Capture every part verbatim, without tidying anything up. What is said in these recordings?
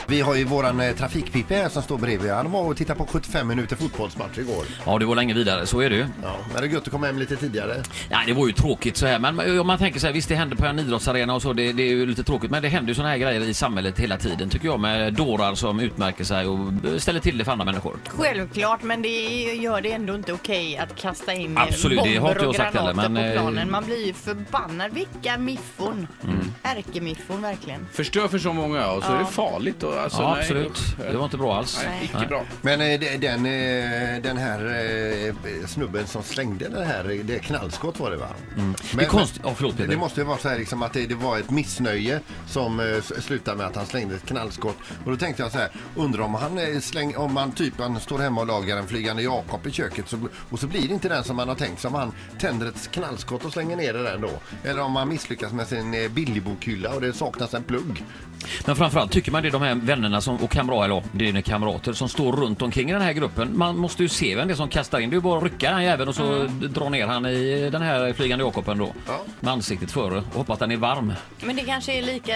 Vi har ju våran eh, trafikpippe här som står bredvid. Han var och tittade på sjuttiofem minuter fotbollsmatch igår. Ja, det var länge vidare, så är det ju. Ja, men det är gött att komma hem lite tidigare. Nej, det var ju tråkigt så här. Men om man tänker så här, visst det händer på en idrottsarena och så, det, det är ju lite tråkigt. Men det händer ju såna här grejer i samhället hela tiden, tycker jag. Med dårar som utmärker sig och ställer till det för andra människor. Självklart, men det gör det ändå inte okej att kasta in Absolut, det har inte jag bomber och sagt heller, granater men, på planen. Man blir ju förbannad. Vilka miffon. Mm. Ärkemiffon, verkligen. Förstör för så många och så ja. är det farligt. Och, alltså, ja, nej, absolut. Det var inte bra alls. Nej, icke nej. bra. Men eh, den, eh, den här eh, snubben som slängde det här, det knallskott var det, va? Mm. Men, det är konst... oh, förlåt, det måste ju vara så här liksom, att det, det var ett missnöje som eh, slutade med att han slängde ett knallskott. Och då tänkte jag så här, undrar om han eh, släng, om man typ han står hemma och lagar en flygande Jakob i köket så, och så blir det inte den som man har tänkt, som han tänder ett knallskott och slänger ner det där då. Eller om man misslyckas med sin eh, billigbokhylla och det saknas en plugg. Men framförallt tycker man det är de här vännerna som, och kamrater, eller det är kamrater som står runt omkring i den här gruppen. Man måste ju se vem det är som kastar in. Det är ju bara att rycka den jäveln och så mm. dra ner han i den här flygande Jakoben då. Ja. Med ansiktet före och hoppas att den är varm. Men det kanske är lika,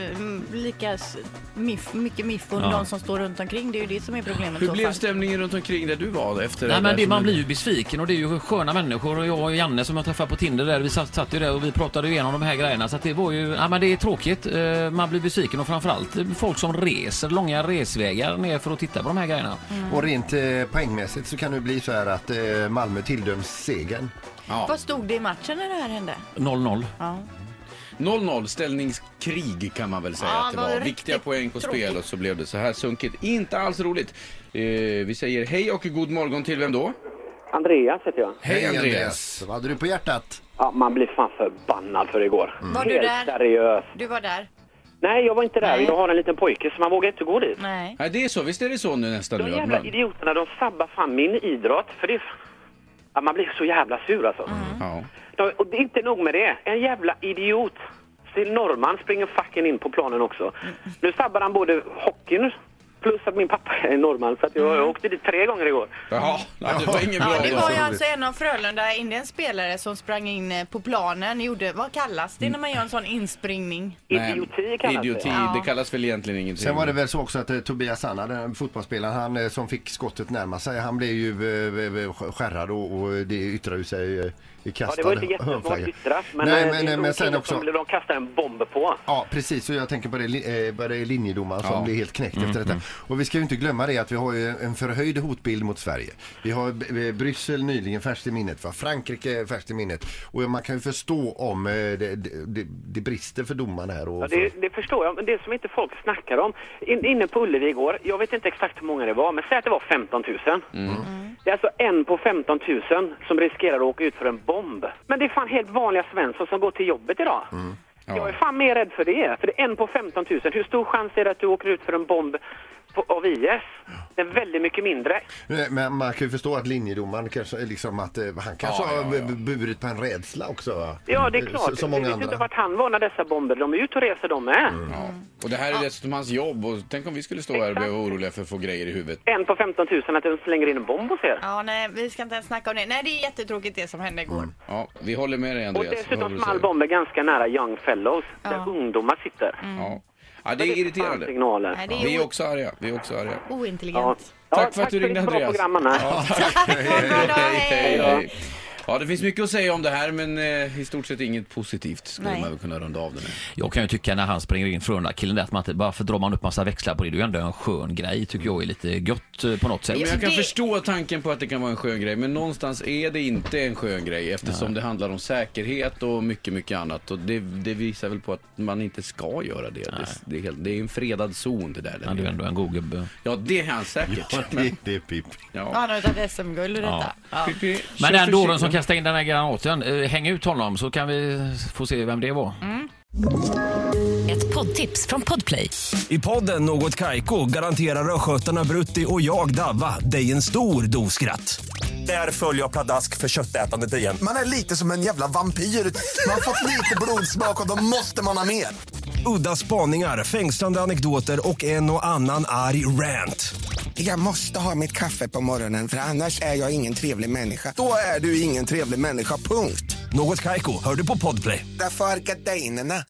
lika miff, mycket miffon ja. de som står runt omkring. Det är ju det som är problemet. Hur blev stämningen runt omkring där du var efter? Nej, det men det, man är... blir ju besviken och det är ju sköna människor. Och jag och Janne som jag träffade på Tinder där, vi satt, satt ju där och vi pratade igenom de här grejerna. Så att det var ju, ja men det är tråkigt. Man blir besviken och framförallt folk som reser långa resvägar ner för att titta på de här grejerna. Mm. Och rent eh, poängmässigt så kan det bli så här att eh, Malmö tildöms segern. Ja. Vad stod det i matchen när det här hände? noll noll. Ja. noll noll, ställningskrig kan man väl säga ja, att det var. var viktiga poäng på tråkigt. Spel och så blev det så här sunkigt. Inte alls roligt. Eh, vi säger hej och god morgon till vem då? Andreas heter jag. Hej, hej Andreas. Andreas. Vad hade du på hjärtat? Ja, man blir fan förbannad för igår. Mm. Var du där? Seriöst. Du var där? Nej, jag var inte där. Nej. Jag har en liten pojke så man vågar inte gå dit. Nej. Nej, det är så. Visst är det så nu nästan. De jävla idioterna, de sabbar fan min idrott. För det är... Ja, man blir så jävla sur alltså. Mm. Ja. De, och det är inte nog med det. En jävla idiot. Till Norrman springer fucking in på planen också. Mm. Nu sabbar han både hockeyn plus att min pappa är norrman så att jag, jag åkte dit tre gånger igår. Jaha, nej, det var ingen bra. Ja, det var ju alltså en av Frölunda indiens spelare som sprang in på planen. Gjorde, vad kallas det när man gör en sån inspringning? Idioti kallas Idioti, det. det kallas väl egentligen ingenting. Sen var det väl så också att eh, Tobias Sanna, den fotbollsspelaren, han eh, som fick skottet närma sig, han blev ju eh, skärrad och, och det yttrade sig eh, i kastad. Ja, det var inte jättesmart yttrat, men, Nej, men, men, men sen också de kastade en bomb på. Ja, precis, och jag tänker på det, eh, på det linjedomaren som ja. blir helt knäckt mm, efter detta. Mm. Och vi ska ju inte glömma det att vi har ju en förhöjd hotbild mot Sverige. Vi har B- Bryssel nyligen färskt i minnet, va? Frankrike färskt i minnet. Och man kan ju förstå om eh, det, det, det brister för domarna här. Och ja, det, det förstår jag, men det som inte folk snackar om. In, inne på Ullevi igår, jag vet inte exakt hur många det var, men säg att det var femton tusen. Mm. Mm. Det är alltså en på femton tusen som riskerar att åka ut för en bomb. Men det är fan helt vanliga svenskar som går till jobbet idag. Mm. Ja. Jag är fan mer rädd för det. För det är en på femton tusen. Hur stor chans är det att du åker ut för en bomb på, av I S? Det är väldigt mycket mindre. Men man kan ju förstå att linjedomaren kanske liksom att han kanske ja, ja, ja. har burit på en rädsla också. Ja, det är klart. Så, så många jag vet andra. inte vart han var när dessa bomber. De är ute och reser de med. Mm. Ja. Och det här är dessutom hans jobb. Och tänk om vi skulle stå här och bli oroliga för att få grejer i huvudet. En på femton tusen att de slänger in en bomb hos er. Ja, nej, vi ska inte ens snacka om det. Nej, det är jättetråkigt det som hände igår. Mm. Ja, vi håller med dig Andreas. Och dessutom small bomber ganska nära Young Fellows. Ja. Där ungdomar sitter. Mm. Ja. Ja, det är irriterande. Nej, det är vi är också arga. Vi är också arga. Ointelligent. Ja. Tack ja, för att du ringde Andreas. Ja, tack. hej, hej, hej, hej. Ja, det finns mycket att säga om det här, men eh, i stort sett inget positivt skulle Nej. man väl kunna runda av det med. Jag kan ju tycka när han springer in från killen där att man inte, bara för drar man upp massa växlar på det, det är ju ändå en skön grej, tycker jag är lite gött på något sätt. Men jag kan det... förstå tanken på att det kan vara en skön grej, men någonstans är det inte en skön grej eftersom Nej. det handlar om säkerhet och mycket, mycket annat. Och det, det visar väl på att man inte ska göra det. Det, det, är helt, det är en fredad zon det där. Ja, det är ändå en god gubbe. Ja, det är han säkert. Ja, det, det är Pip. Ja. Han har ett S M-guld i detta. Ja. Ja. Pippi, men den dåren som kastar in den här granaten, häng ut honom så kan vi få se vem det var. Mm. Ett poddtips från Podplay. I podden Något Kaiko garanterar röskötarna Brutti och jag Davva dig en stor doskratt. Där följer jag pladask för köttätandet igen. Man är lite som en jävla vampyr. Man har fått lite blodsmak och då måste man ha mer. Udda spaningar, fängslande anekdoter och en och annan arg rant. Jag måste ha mitt kaffe på morgonen för annars är jag ingen trevlig människa. Då är du ingen trevlig människa, punkt. Något Kaiko, hör du på Podplay. Därför är gardinerna.